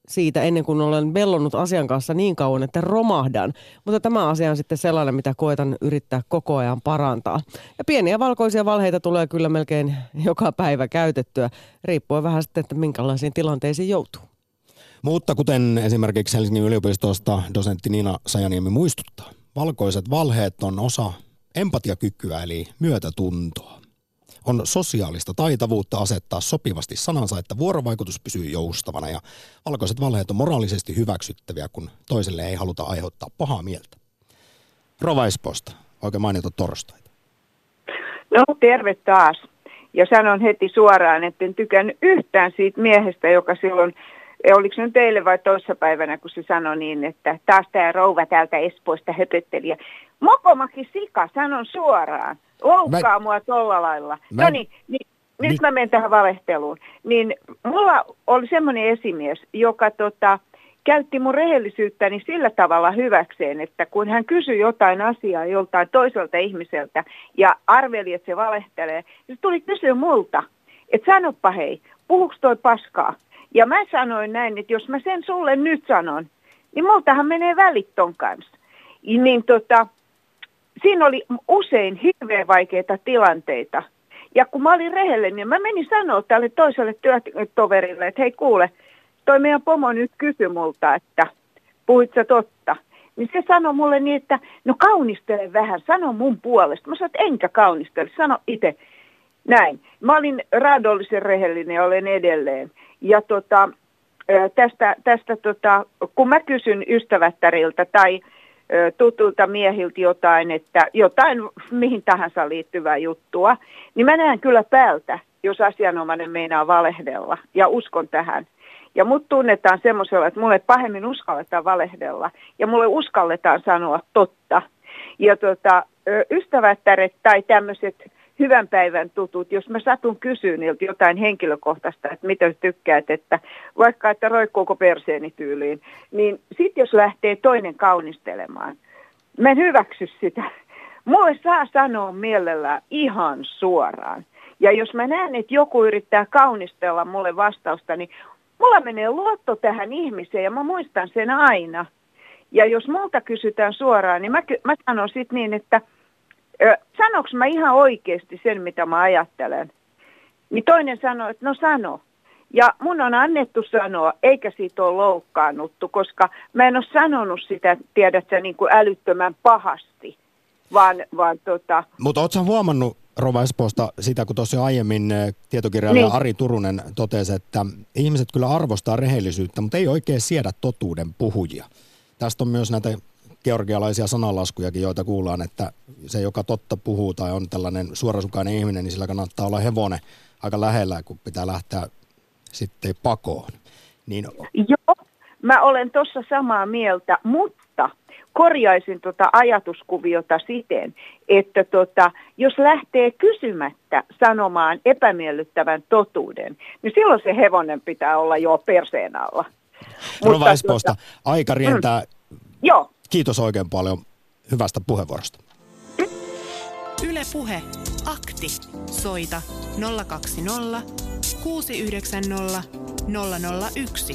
siitä ennen kuin olen vellonut asian kanssa niin kauan, että romahdan. Mutta tämä asia on sitten sellainen, mitä koetan yrittää koko ajan parantaa. Ja pieniä valkoisia valheita tulee kyllä melkein joka päivä käytettyä, riippuen vähän sitten, että minkälaisiin tilanteisiin joutuu. Mutta kuten esimerkiksi Helsingin yliopistosta dosentti Niina Sajaniemi muistuttaa, valkoiset valheet on osa empatiakykyä eli myötätuntoa. On sosiaalista taitavuutta asettaa sopivasti sanansa, että vuorovaikutus pysyy joustavana ja valkoiset valheet on moraalisesti hyväksyttäviä, kun toiselle ei haluta aiheuttaa pahaa mieltä. Rova Espoosta, oikein mainita torstaita. No terve taas. Ja sanon heti suoraan, että en tykännyt yhtään siitä miehestä, joka silloin, oliko se nyt teille vai toissapäivänä, kun se sanoi niin, että taas tämä rouva täältä Espoosta höpötteli. Mokomaki sika, sanon suoraan. Loukkaa mua tolla lailla. No niin, nyt mä menen tähän valehteluun. Niin mulla oli semmoinen esimies, joka käytti mun rehellisyyttäni sillä tavalla hyväkseen, että kun hän kysyi jotain asiaa joltain toiselta ihmiseltä ja arveli, että se valehtelee, niin se tuli kysyä multa, että sanoppa hei, puhuks toi paskaa? Ja mä sanoin näin, että jos mä sen sulle nyt sanon, niin multahan menee välit ton kanssa. Niin siinä oli usein hirveän vaikeita tilanteita. Ja kun mä olin rehellinen, niin mä menin sanoa tälle toiselle työtoverille, että hei kuule, toi meidän pomo nyt kysyi multa, että puhuit sä totta. Niin se sanoi mulle niin, että no kaunistele vähän, sano mun puolesta. Mä sanoin, että enkä kaunistele, sano itse. Näin. Mä olin raadollisen rehellinen ja olen edelleen. Ja tästä kun mä kysyn ystävättäriltä tai tutulta miehiltä jotain mihin tahansa liittyvää juttua, niin mä näen kyllä päältä, jos asianomainen meinaa valehdella ja uskon tähän. Ja mut tunnetaan semmoisella, että mulle pahemmin uskalletaan valehdella ja mulle uskalletaan sanoa totta. Ja ystävättäret tai tämmöiset hyvän päivän tutut, jos mä satun kysyä niiltä jotain henkilökohtaista, että mitä tykkäät, että vaikka että roikkuuko perseeni tyyliin, niin sit jos lähtee toinen kaunistelemaan, mä en hyväksy sitä. Mulle saa sanoa mielellään ihan suoraan. Ja jos mä näen, että joku yrittää kaunistella mulle vastausta, niin mulla menee luotto tähän ihmiseen ja mä muistan sen aina. Ja jos multa kysytään suoraan, niin mä sanon sit niin, että sanoks mä ihan oikeasti sen, mitä mä ajattelen? Niin toinen sanoo, että no sano. Ja mun on annettu sanoa, eikä siitä ole loukkaannuttu, koska mä en ole sanonut sitä, tiedätkö, niin kuin älyttömän pahasti, vaan Mutta ootko sä huomannut, Rova Espoosta, sitä, kun tuossa aiemmin tietokirjailija niin Ari Turunen totesi, että ihmiset kyllä arvostaa rehellisyyttä, mutta ei oikein siedä totuuden puhujia. Tästä on myös näitä georgialaisia sananlaskujakin, joita kuullaan, että se, joka totta puhuu tai on tällainen suorasukainen ihminen, niin sillä kannattaa olla hevonen aika lähellä, kun pitää lähteä sitten pakoon. Niin joo, mä olen tuossa samaa mieltä, mutta korjaisin ajatuskuviota siten, että jos lähtee kysymättä sanomaan epämiellyttävän totuuden, niin silloin se hevonen pitää olla jo perseen alla. Rova Espoosta, aika rientää. Joo. Kiitos oikein paljon hyvästä puheenvuorosta. Yle Puhe. Akti. Soita 020 690 001.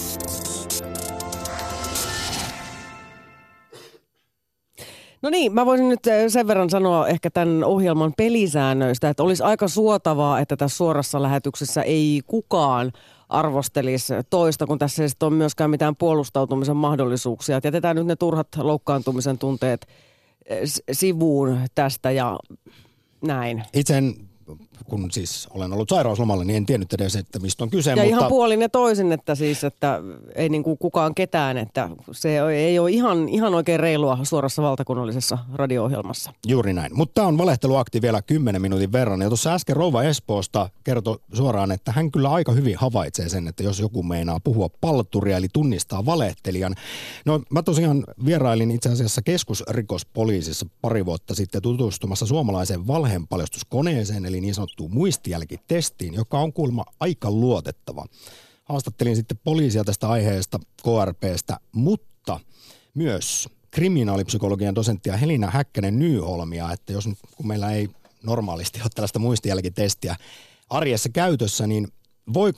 No niin, mä voisin nyt sen verran sanoa ehkä tämän ohjelman pelisäännöistä, että olisi aika suotavaa, että tässä suorassa lähetyksessä ei kukaan arvostelisi toista, kun tässä ei sitten ole myöskään mitään puolustautumisen mahdollisuuksia. Että jätetään nyt ne turhat loukkaantumisen tunteet sivuun tästä ja näin. Itse kun siis olen ollut sairauslomalla, niin en tiennyt edes, että mistä on kyse. Ja mutta ihan puolin ja toisin, että siis, että ei niin kuin kukaan ketään, että se ei ole ihan oikein reilua suorassa valtakunnallisessa radio-ohjelmassa. Juuri näin. Mutta tämä on valehteluakti vielä 10 minuutin verran. Ja tuossa äsken Rouva Espoosta kertoi suoraan, että hän kyllä aika hyvin havaitsee sen, että jos joku meinaa puhua palturia, eli tunnistaa valehtelijan. No mä tosiaan vierailin itse asiassa keskusrikospoliisissa pari vuotta sitten tutustumassa suomalaiseen valheenpaljastuskoneeseen, eli niin sanottuun muistijälkitestiin, joka on kuulemma aika luotettava. Haastattelin sitten poliisia tästä aiheesta, KRPstä, mutta myös kriminaalipsykologian dosenttia Helina Häkkänen-Nyholmia, että jos nyt, kun meillä ei normaalisti ole tällaista muistijälkitestiä arjessa käytössä, niin voiko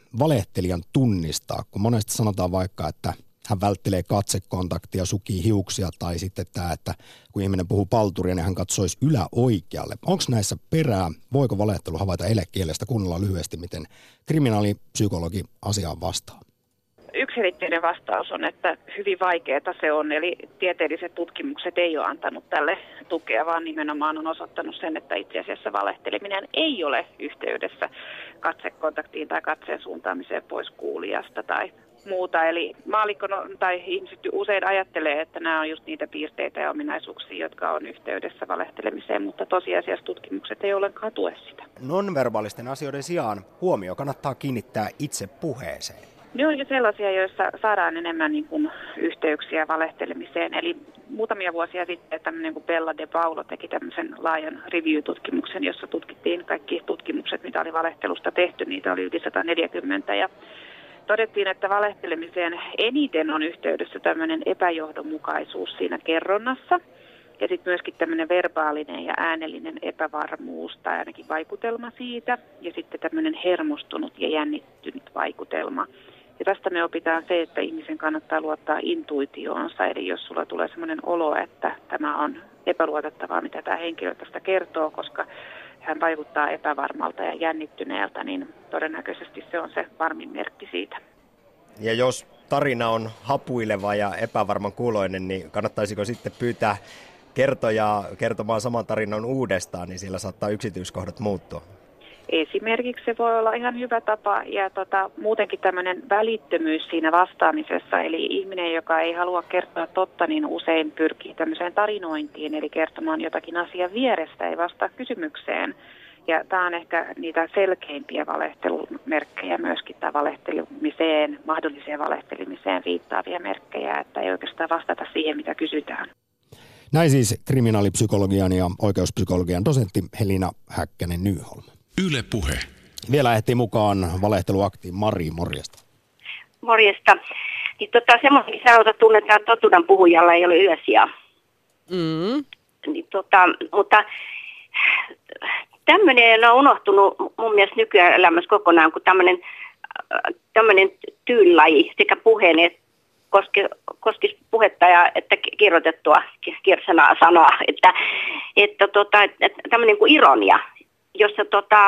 valehtelijan tunnistaa, kun monesti sanotaan vaikka, että hän välttelee katsekontaktia, sukii hiuksia tai sitten tämä, että kun ihminen puhuu palturia, niin hän katsoisi yläoikealle. Onko näissä perää? Voiko valehtelu havaita elekielestä? Kuunnellaan lyhyesti, miten kriminaalipsykologi asiaan vastaa. Yksiselitteinen vastaus on, että hyvin vaikeaa se on, eli tieteelliset tutkimukset ei ole antanut tälle tukea, vaan nimenomaan on osoittanut sen, että itse asiassa valehteleminen ei ole yhteydessä katsekontaktiin tai katseen suuntaamiseen pois kuulijasta tai muuta. Eli maallikkona tai ihmiset usein ajattelee, että nämä on just niitä piirteitä ja ominaisuuksia, jotka on yhteydessä valehtelemiseen, mutta tosiasiassa tutkimukset ei ollenkaan tue sitä. Nonverbaalisten asioiden sijaan huomio kannattaa kiinnittää itse puheeseen. Ne on jo sellaisia, joissa saadaan enemmän niin kuin yhteyksiä valehtelemiseen. Eli muutamia vuosia sitten tämmöinen kuin Bella De Paulo teki tämmöisen laajan review-tutkimuksen, jossa tutkittiin kaikki tutkimukset, mitä oli valehtelusta tehty. Niitä oli yli 140 ja todettiin, että valehtelemiseen eniten on yhteydessä tämmöinen epäjohdonmukaisuus siinä kerronnassa. Ja sitten myöskin tämmöinen verbaalinen ja äänellinen epävarmuus tai ainakin vaikutelma siitä. Ja sitten tämmöinen hermostunut ja jännittynyt vaikutelma. Ja tästä me opitaan se, että ihmisen kannattaa luottaa intuitioonsa. Eli jos sulla tulee semmoinen olo, että tämä on epäluotettavaa, mitä tämä henkilö tästä kertoo, koska hän vaikuttaa epävarmalta ja jännittyneeltä, niin todennäköisesti se on se varmin merkki siitä. Ja jos tarina on hapuileva ja epävarman kuuloinen, niin kannattaisiko sitten pyytää kertojaa kertomaan saman tarinan uudestaan, niin siellä saattaa yksityiskohdat muuttua? Esimerkiksi se voi olla ihan hyvä tapa ja muutenkin tämmöinen välittömyys siinä vastaamisessa, eli ihminen, joka ei halua kertoa totta, niin usein pyrkii tämmöiseen tarinointiin, eli kertomaan jotakin asian vierestä, ei vastaa kysymykseen. Ja tämä on ehkä niitä selkeimpiä valehtelumerkkejä myöskin, tai mahdolliseen valehtelemiseen viittaavia merkkejä, että ei oikeastaan vastata siihen, mitä kysytään. Näin siis kriminaalipsykologian ja oikeuspsykologian dosentti Helina Häkkänen-Nyholm. Yle Puhe. Vielä ehtii mukaan valehteluaktiin Mari, morjesta. Morjesta. Niin semmoinen sanota tunnetaan, että totuuden puhujalla ei ole yösijaa. Niin, mutta tämmöinen on unohtunut mun mielestä nykyelämässä kokonaan, kun tämmöinen tyylilaji sekä puheen että koskisi puhetta ja että kirjoitettua sanaa, että tämmöinen kuin ironia, jossa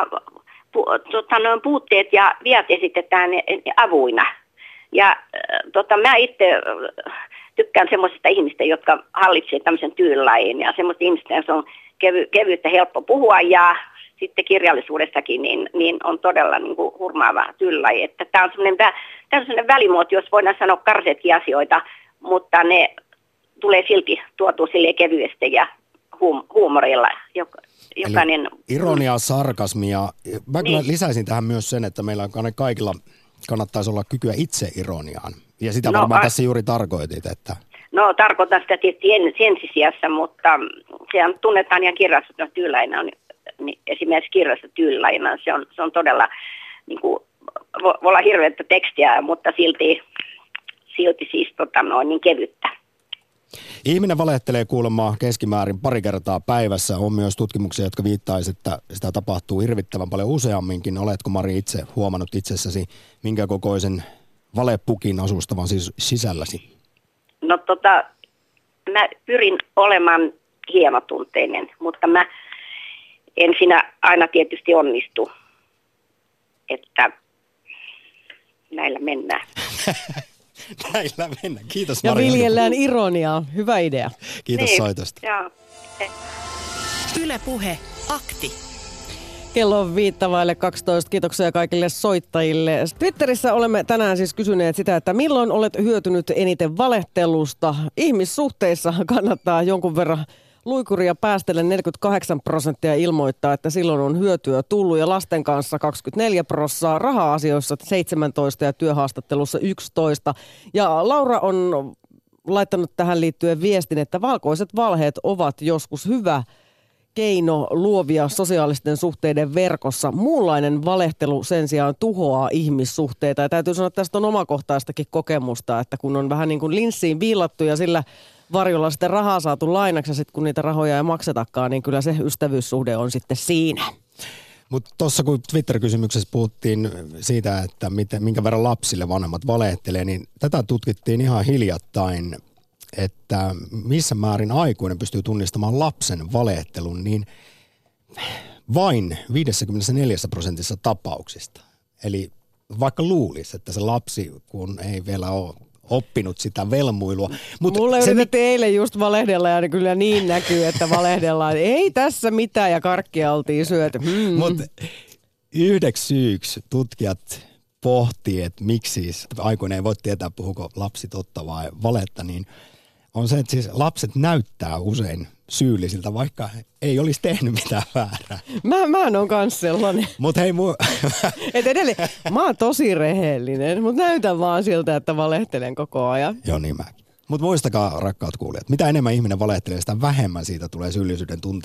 puutteet ja viat esitetään avuina. Ja mä itse tykkään semmoisista ihmistä, jotka hallitsee tämmöisen tyylilajin ja semmoista ihmistä, jotka on kevyyttä helppo puhua ja sitten kirjallisuudessakin niin on todella niin kuin hurmaava tyylilaji. Että tämä on semmoinen välimuoto, jos voidaan sanoa karseetkin asioita, mutta ne tulee silti tuotua silleen kevyesti ja huumorilla. Jokainen... Ironia, sarkasmia. Mä kyllä lisäisin tähän myös sen, että meillä kaikilla kannattaisi olla kykyä itseironiaan. Ja sitä varmaan tässä juuri tarkoitit, että... No tarkoitan sitä tietysti ensisijassa, mutta sehän tunnetaan ihan kirjallisuuden tyylilaina. Niin esimerkiksi kirjassa tyylilaina, se on todella, niin kuin, voi olla hirveätä tekstiä, mutta silti siis niin kevyttä. Ihminen valehtelee kuulemma keskimäärin pari kertaa päivässä. On myös tutkimuksia, jotka viittaisivat, että sitä tapahtuu hirvittävän paljon useamminkin. Oletko, Mari, itse huomannut itsessäsi minkä kokoisen valepukin asustavan siis sisälläsi? No mä pyrin olemaan hienotunteinen, mutta mä en siinä aina tietysti onnistu, että näillä mennään. Näillä mennään. Kiitos, ja Mari. Ja viljellään ironiaa. Hyvä idea. Kiitos niin, soitosta. Joo. Yle Puhe. Akti. Kello on 11:55. Kiitoksia kaikille soittajille. Twitterissä olemme tänään siis kysyneet sitä, että milloin olet hyötynyt eniten valehtelusta. Ihmissuhteissa kannattaa jonkun verran luikuria päästellen 48% ilmoittaa, että silloin on hyötyä tullut ja lasten kanssa 24%, raha-asioissa 17% ja työhaastattelussa 11%. Ja Laura on laittanut tähän liittyen viestin, että valkoiset valheet ovat joskus hyvä keino luovia sosiaalisten suhteiden verkossa. Muunlainen valehtelu sen sijaan tuhoaa ihmissuhteita. Ja täytyy sanoa, että tästä on omakohtaistakin kokemusta, että kun on vähän niin kuin linssiin viilattu ja sillä varjolla sitten rahaa saatu lainaksi ja sitten kun niitä rahoja ei maksetakaan, niin kyllä se ystävyyssuhde on sitten siinä. Mutta tuossa kun Twitter-kysymyksessä puhuttiin siitä, että minkä verran lapsille vanhemmat valehtelee, niin tätä tutkittiin ihan hiljattain, että missä määrin aikuinen pystyy tunnistamaan lapsen valehtelun, niin vain 54% tapauksista. Eli vaikka luulisi, että se lapsi, kun ei vielä ole oppinut sitä velmuilua. Mulle yritettiin eilen just valehdella ja kyllä niin näkyy, että valehdellaan. Ei tässä mitään ja karkkia oltiin syöty. Mutta yhdeksi syyksi tutkijat pohtii, että miksi aikuinen ei voi tietää, puhuuko lapsi totta vai valetta, niin on se, että siis lapset näyttää usein syyllisiltä, vaikka ei olisi tehnyt mitään väärää. Mä oon kans sellainen. Mut hei Et edelleen, mä oon tosi rehellinen, mutta näytän vaan siltä, että valehtelen koko ajan. Joo, niin mäkin. Mutta muistakaa, rakkaat kuulijat, mitä enemmän ihminen valehtelee, sitä vähemmän siitä tulee syyllisyyden tunteita.